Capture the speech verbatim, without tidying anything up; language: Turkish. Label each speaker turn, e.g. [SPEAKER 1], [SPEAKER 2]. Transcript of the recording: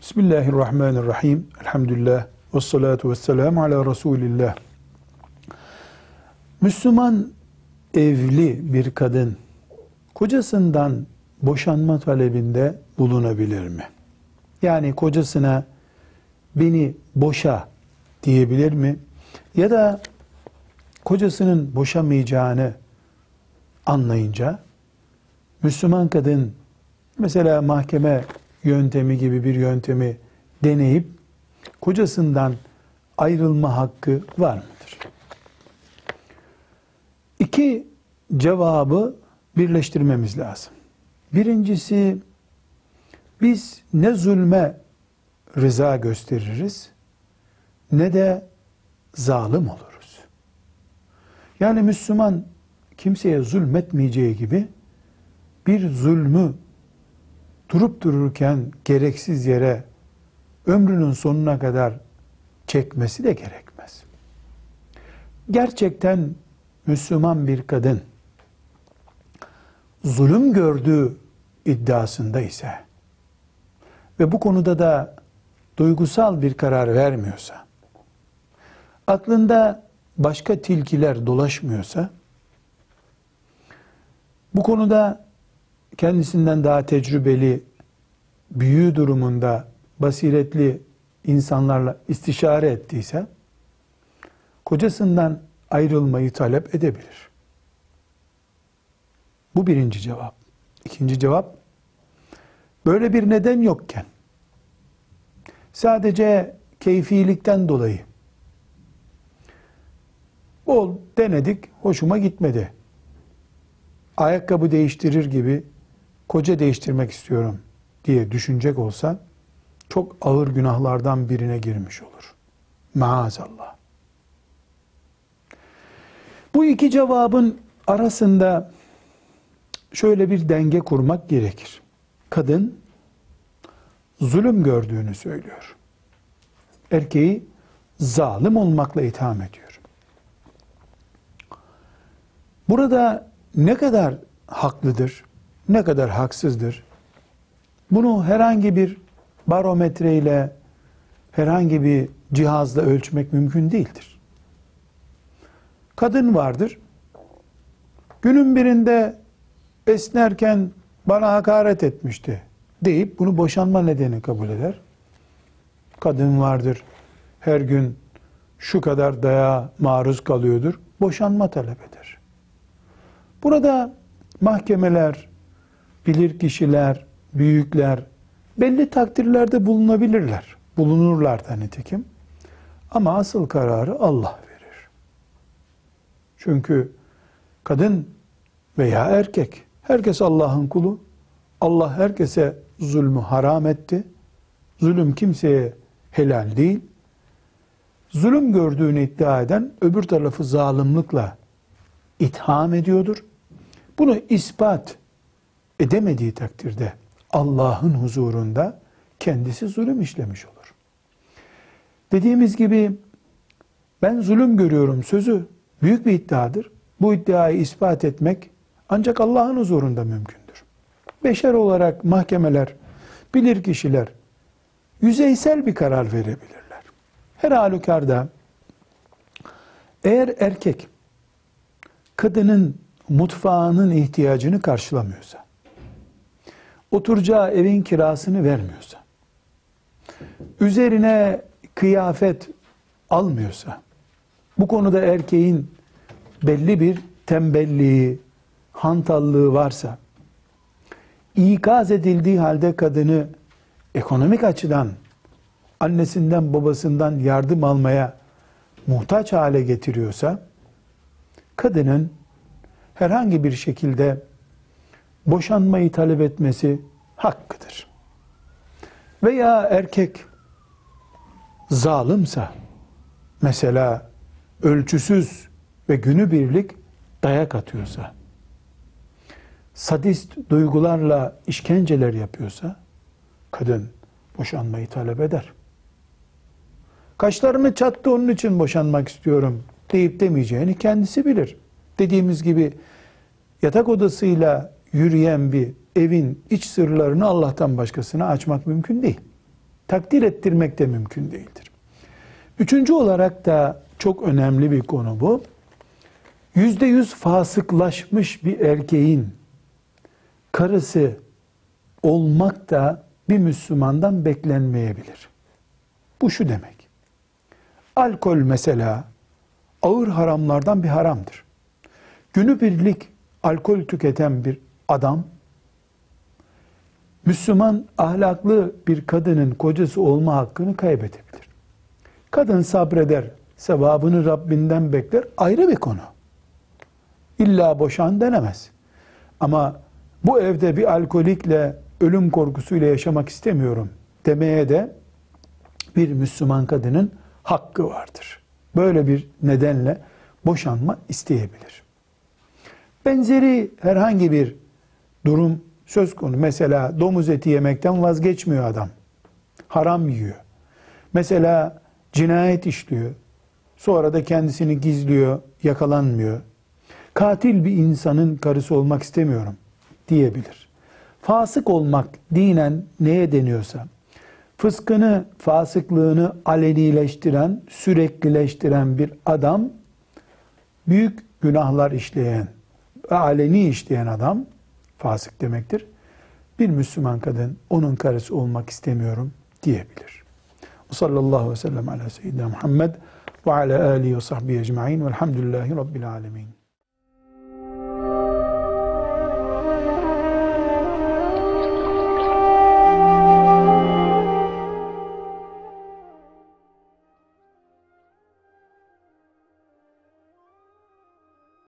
[SPEAKER 1] Bismillahirrahmanirrahim. Elhamdülillah. Vessalatu vesselamu ala Resulillah. Müslüman evli bir kadın kocasından boşanma talebinde bulunabilir mi? Yani kocasına beni boşa diyebilir mi? Ya da kocasının boşamayacağını anlayınca Müslüman kadın mesela mahkeme yöntemi gibi bir yöntemi deneyip kocasından ayrılma hakkı var mıdır? İki cevabı birleştirmemiz lazım. Birincisi, biz ne zulme rıza gösteririz ne de zalim oluruz. Yani Müslüman kimseye zulmetmeyeceği gibi bir zulmü durup dururken gereksiz yere ömrünün sonuna kadar çekmesi de gerekmez. Gerçekten Müslüman bir kadın zulüm gördüğü iddiasında ise ve bu konuda da duygusal bir karar vermiyorsa, aklında başka tilkiler dolaşmıyorsa, bu konuda kendisinden daha tecrübeli, büyüğü durumunda basiretli insanlarla istişare ettiyse, kocasından ayrılmayı talep edebilir. Bu birinci cevap. İkinci cevap, böyle bir neden yokken, sadece keyfilikten dolayı, bol denedik, hoşuma gitmedi, ayakkabı değiştirir gibi koca değiştirmek istiyorum diye düşünecek olsa, çok ağır günahlardan birine girmiş olur. Maazallah. Bu iki cevabın arasında şöyle bir denge kurmak gerekir. Kadın zulüm gördüğünü söylüyor. Erkeği zalim olmakla itham ediyor. Burada ne kadar haklıdır, ne kadar haksızdır? Bunu herhangi bir barometreyle, herhangi bir cihazla ölçmek mümkün değildir. Kadın vardır, günün birinde esnerken bana hakaret etmişti deyip bunu boşanma nedeni kabul eder. Kadın vardır, her gün şu kadar dayağa maruz kalıyordur, boşanma talep eder. Burada mahkemeler, bilirkişiler, büyükler belli takdirlerde bulunabilirler. Bulunurlar da nitekim. Ama asıl kararı Allah verir. Çünkü kadın veya erkek, herkes Allah'ın kulu. Allah herkese zulmü haram etti. Zulüm kimseye helal değil. Zulüm gördüğünü iddia eden öbür tarafı zalimlikle itham ediyordur. Bunu ispat edemediği takdirde Allah'ın huzurunda kendisi zulüm işlemiş olur. Dediğimiz gibi ben zulüm görüyorum sözü büyük bir iddiadır. Bu iddiayı ispat etmek ancak Allah'ın huzurunda mümkündür. Beşer olarak mahkemeler, bilirkişiler yüzeysel bir karar verebilirler. Her halükarda eğer erkek kadının mutfağının ihtiyacını karşılamıyorsa, oturacağı evin kirasını vermiyorsa, üzerine kıyafet almıyorsa, bu konuda erkeğin belli bir tembelliği, hantallığı varsa, ikaz edildiği halde kadını ekonomik açıdan annesinden babasından yardım almaya muhtaç hale getiriyorsa, kadının herhangi bir şekilde boşanmayı talep etmesi hakkıdır. Veya erkek zalimse, mesela ölçüsüz ve günübirlik dayak atıyorsa, sadist duygularla işkenceler yapıyorsa, kadın boşanmayı talep eder. Kaşlarımı çattı onun için boşanmak istiyorum deyip demeyeceğini kendisi bilir. Dediğimiz gibi yatak odasıyla yürüyen bir evin iç sırlarını Allah'tan başkasına açmak mümkün değil. takdir ettirmek de mümkün değildir. Üçüncü olarak da çok önemli bir konu bu. Yüzde yüz fasıklaşmış bir erkeğin karısı olmak da bir Müslümandan beklenmeyebilir. Bu şu demek. Alkol mesela ağır haramlardan bir haramdır. Günübirlik alkol tüketen bir adam, Müslüman ahlaklı bir kadının kocası olma hakkını kaybedebilir. Kadın sabreder, sevabını Rabbinden bekler, ayrı bir konu. İlla boşan denemez. Ama bu evde bir alkolikle, ölüm korkusuyla yaşamak istemiyorum demeye de bir Müslüman kadının hakkı vardır. Böyle bir nedenle boşanma isteyebilir. Benzeri herhangi bir durum söz konusu. Mesela domuz eti yemekten vazgeçmiyor adam. Haram yiyor. Mesela cinayet işliyor. Sonra da kendisini gizliyor, yakalanmıyor. Katil bir insanın karısı olmak istemiyorum diyebilir. Fasık olmak dinen neye deniyorsa, fıskını, fasıklığını alenileştiren, süreklileştiren bir adam, büyük günahlar işleyen ve aleni işleyen adam, fasık demektir. Bir Müslüman kadın, onun karısı olmak istemiyorum diyebilir. Sallallahu aleyhi ve sellem ala seyyidina Muhammed ve ala alihi ve sahbihi ecma'in velhamdülillahi rabbil alemin.